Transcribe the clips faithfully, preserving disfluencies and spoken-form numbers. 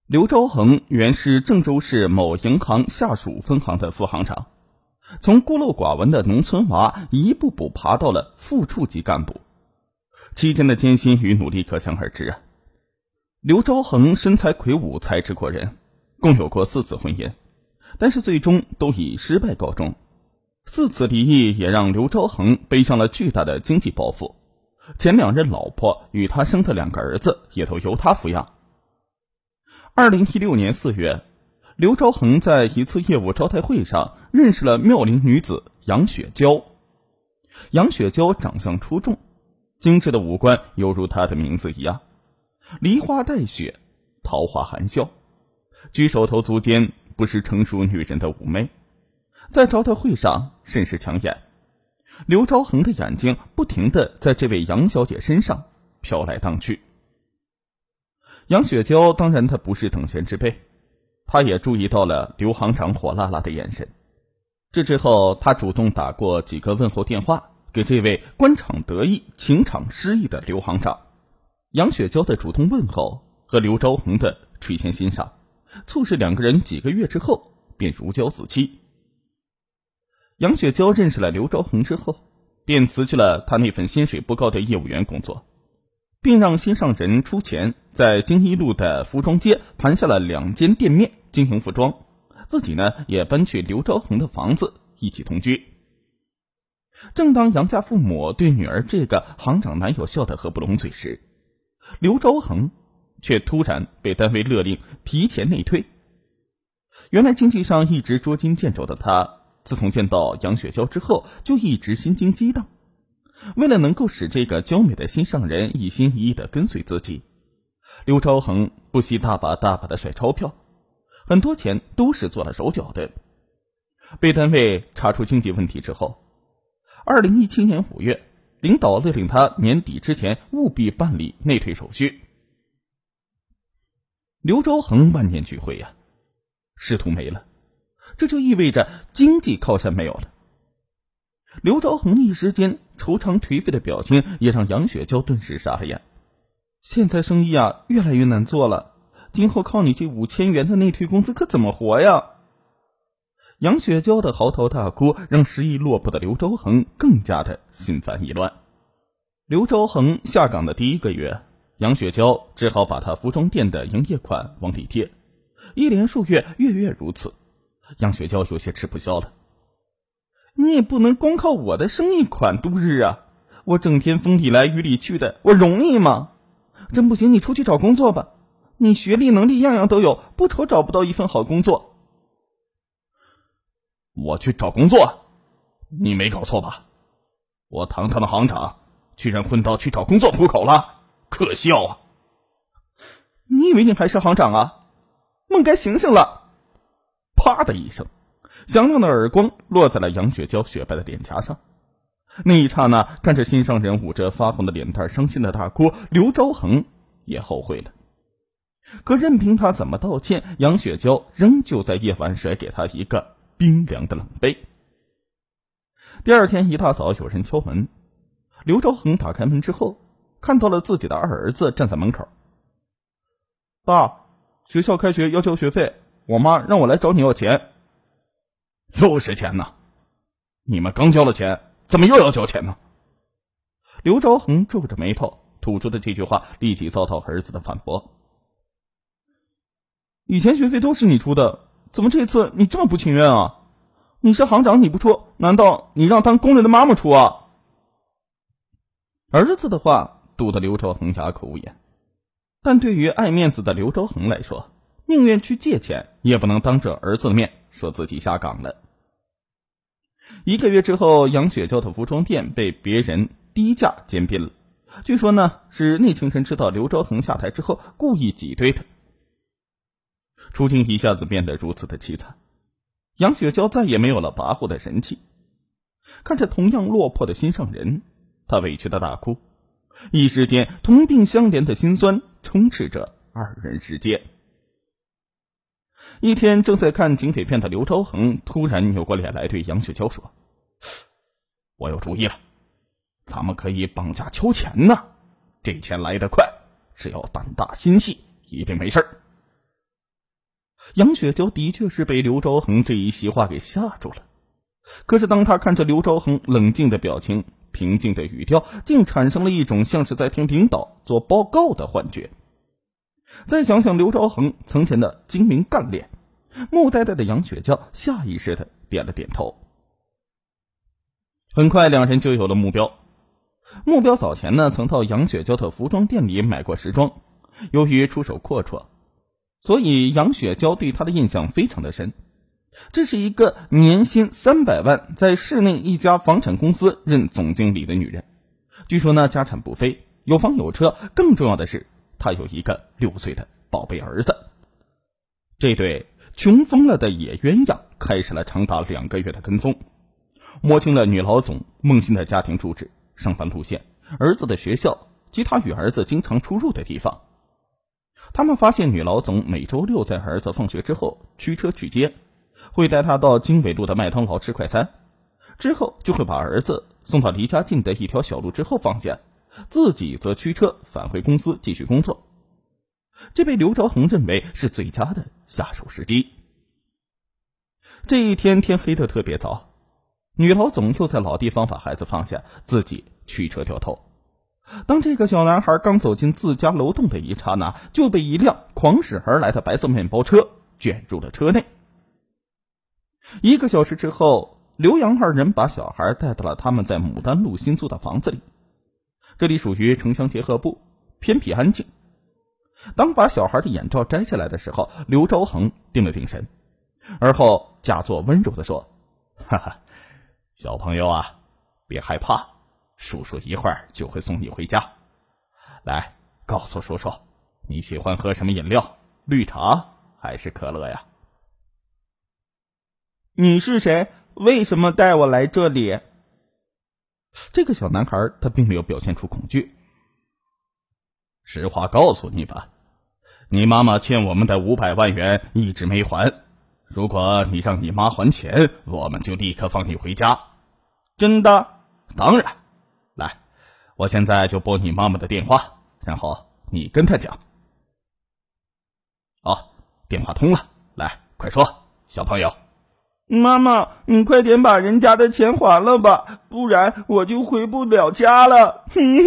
刘昭恒原是郑州市某银行下属分行的副行长，从孤陋寡闻的农村娃一步步爬到了副处级干部，期间的艰辛与努力可想而知啊。刘昭恒身材魁梧，才智过人，共有过四次婚姻，但是最终都以失败告终。四次离异也让刘昭恒背上了巨大的经济包袱，前两任老婆与他生的两个儿子也都由他抚养。二零一六年四月，刘昭恒在一次业务招待会上认识了妙龄女子杨雪娇。杨雪娇长相出众，精致的五官犹如她的名字一样，梨花带雪，桃花含笑，举手投足间不失成熟女人的妩媚，在招待会上甚是抢眼。刘昭恒的眼睛不停地在这位杨小姐身上飘来荡去。杨雪娇当然她不是等闲之辈，她也注意到了刘行长火辣辣的眼神。这之后，她主动打过几个问候电话给这位官场得意情场失意的刘行长。杨雪娇的主动问候和刘昭恒的垂涎欣赏，促使两个人几个月之后便如胶似漆。杨雪娇认识了刘昭恒之后，便辞去了他那份薪水不高的业务员工作，并让心上人出钱在京一路的服装街盘下了两间店面经营服装，自己呢也搬去刘昭恒的房子一起同居。正当杨家父母对女儿这个行长男友笑得合不拢嘴时，刘昭恒却突然被单位勒令提前内推。原来经济上一直捉襟见肘的他，自从见到杨雪娇之后就一直心惊激荡。为了能够使这个娇美的心上人一心一意地跟随自己，刘昭恒不惜大把大把地甩钞票，很多钱都是做了手脚的。被单位查出经济问题之后，二零一七年五月，领导勒令他年底之前务必办理内推手续。刘昭恒万念俱灰呀、啊，仕途没了，这就意味着经济靠山没有了。刘昭恒一时间惆怅颓废的表情也让杨雪娇顿时傻了眼。现在生意啊越来越难做了，今后靠你这五千元的内推工资可怎么活呀？杨雪娇的嚎啕大哭让失意落魄的刘昭恒更加的心烦意乱。刘昭恒下岗的第一个月，杨雪娇只好把他服装店的营业款往里贴，一连数月月月如此，杨雪娇有些吃不消了。你也不能光靠我的生意款度日啊！我整天风里来雨里去的，我容易吗？真不行，你出去找工作吧。你学历能力样样都有，不愁找不到一份好工作。 我去找工作？你没搞错吧？我堂堂的行长，居然混到去找工作糊口了，可笑啊！ 你以为你还是行长啊？梦该醒醒了！啪的一声，响亮的耳光落在了杨雪娇雪白的脸颊上。那一刹那，看着心上人捂着发红的脸蛋伤心的大哭，刘昭恒也后悔了。可任凭他怎么道歉，杨雪娇仍旧在夜晚甩给他一个冰凉的冷杯。第二天一大早有人敲门，刘昭恒打开门之后，看到了自己的二儿子站在门口。爸，学校开学要交学费，我妈让我来找你要钱。 又是钱呢？你们刚交了钱，怎么又要交钱呢？ 刘昭恒皱着眉头吐出的这句话立即遭到儿子的反驳。以前学费都是你出的，怎么这次你这么不情愿啊？你是行长你不出，难道你让当工人的妈妈出啊？儿子的话堵得刘昭恒哑口无言，但对于爱面子的刘昭恒来说，宁愿去借钱也不能当着儿子的面说自己下岗了。一个月之后，杨雪娇的服装店被别人低价兼并了，据说呢是内情人知道刘昭恒下台之后故意挤兑的。处境一下子变得如此的凄惨，杨雪娇再也没有了跋扈的神气。看着同样落魄的心上人，她委屈的大哭，一时间同病相怜的心酸充斥着二人世界。一天正在看警匪片的刘昭恒突然扭过脸来对杨雪娇说： 我有主意了，咱们可以绑架秋钱呢，这钱来得快，只要胆大心细一定没事。 杨雪娇的确是被刘朝恒这一席话给吓住了。可是当他看着刘朝恒冷静的表情，平静的语调，竟产生了一种像是在听领导做报告的幻觉。再想想刘朝恒从前的精明干练，木呆呆的杨雪娇下意识的点了点头。很快两人就有了目标。目标早前呢曾到杨雪娇的服装店里买过时装，由于出手阔绰，所以杨雪娇对他的印象非常的深。这是一个年薪三百万，在市内一家房产公司任总经理的女人。据说呢家产不菲，有房有车，更重要的是她有一个六岁的宝贝儿子。这对穷疯了的野鸳鸯开始了长达两个月的跟踪，摸清了女老总孟欣的家庭住址、上班路线、儿子的学校及他与儿子经常出入的地方。他们发现女老总每周六在儿子放学之后驱车去接，会带他到经纬路的麦当劳吃快餐，之后就会把儿子送到离家近的一条小路之后放下，自己则驱车返回公司继续工作。这被刘朝恒认为是最佳的下手时机。这一天天黑得特别早，女老总又在老地方把孩子放下，自己驱车掉头。当这个小男孩刚走进自家楼栋的一刹那，就被一辆狂驶而来的白色面包车卷入了车内。一个小时之后，刘洋二人把小孩带到了他们在牡丹路新租的房子里。这里属于城乡结合部，偏僻安静。当把小孩的眼罩摘下来的时候，刘朝恒定了定神，而后假作温柔地说：哈哈，小朋友啊，别害怕，叔叔一会儿就会送你回家。来，告诉叔叔，你喜欢喝什么饮料？绿茶还是可乐呀？你是谁？为什么带我来这里？这个小男孩他并没有表现出恐惧。实话告诉你吧，你妈妈欠我们的五百万元一直没还，如果你让你妈还钱，我们就立刻放你回家。真的？当然。来，我现在就拨你妈妈的电话，然后你跟她讲。哦，电话通了，来，快说，小朋友。妈妈，你快点把人家的钱还了吧，不然我就回不了家了。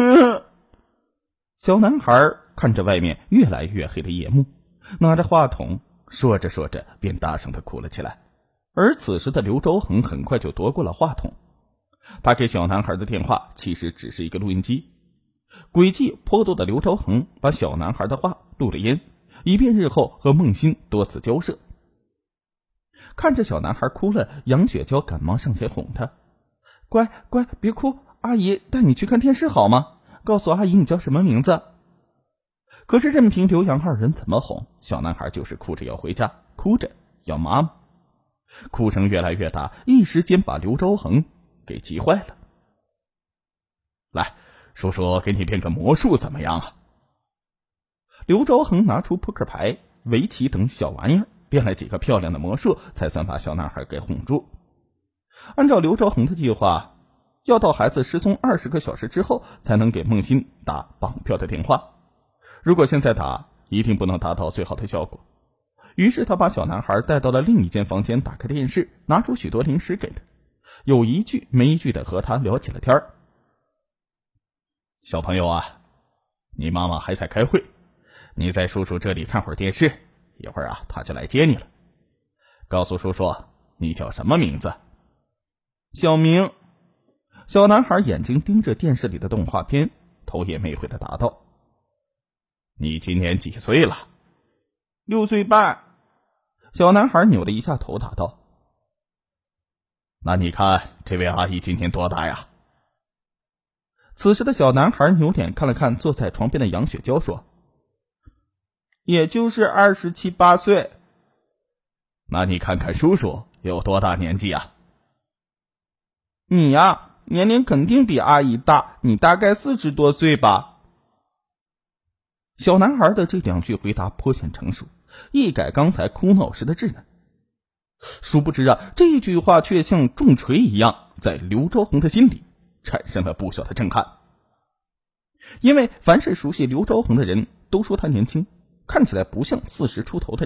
小男孩看着外面越来越黑的夜幕，拿着话筒，说着说着便大声地哭了起来。而此时的刘朝恒很快就夺过了话筒，他给小男孩的电话其实只是一个录音机。诡计颇多的刘朝恒把小男孩的话录了音，以便日后和孟欣多次交涉。看着小男孩哭了，杨雪娇赶忙上前哄他：乖乖，别哭，阿姨带你去看电视好吗？告诉阿姨你叫什么名字。可是任凭刘洋二人怎么哄，小男孩就是哭着要回家，哭着要妈妈。哭声越来越大，一时间把刘朝恒给急坏了。来，叔叔给你变个魔术怎么样啊？刘朝恒拿出扑克牌、围棋等小玩意儿，变了几个漂亮的魔术，才算把小男孩给哄住。按照刘朝恒的计划，要到孩子失踪二十个小时之后才能给孟欣打绑票的电话。如果现在打，一定不能达到最好的效果。于是他把小男孩带到了另一间房间，打开电视，拿出许多零食给他，有一句没一句的和他聊起了天儿。小朋友啊，你妈妈还在开会，你在叔叔这里看会儿电视，一会儿啊他就来接你了。告诉叔叔你叫什么名字？小明。小男孩眼睛盯着电视里的动画片，头也没回的答道：你今年几岁了？六岁半。小男孩扭了一下头答道：那你看这位阿姨今年多大呀？此时的小男孩扭脸看了看坐在床边的杨雪娇，说：也就是二十七八岁。那你看看叔叔有多大年纪啊？你呀，年龄肯定比阿姨大，你大概四十多岁吧。小男孩的这两句回答颇显成熟，一改刚才哭闹时的稚嫩。殊不知啊，这句话却像重锤一样，在刘朝恒的心里产生了不小的震撼。因为凡是熟悉刘朝恒的人都说他年轻，看起来不像四十出头的人，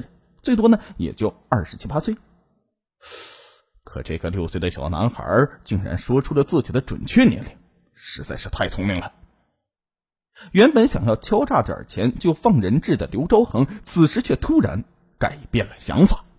最多呢也就二十七八岁。可这个六岁的小男孩竟然说出了自己的准确年龄，实在是太聪明了。原本想要敲诈点钱就放人质的刘昭恒，此时却突然改变了想法。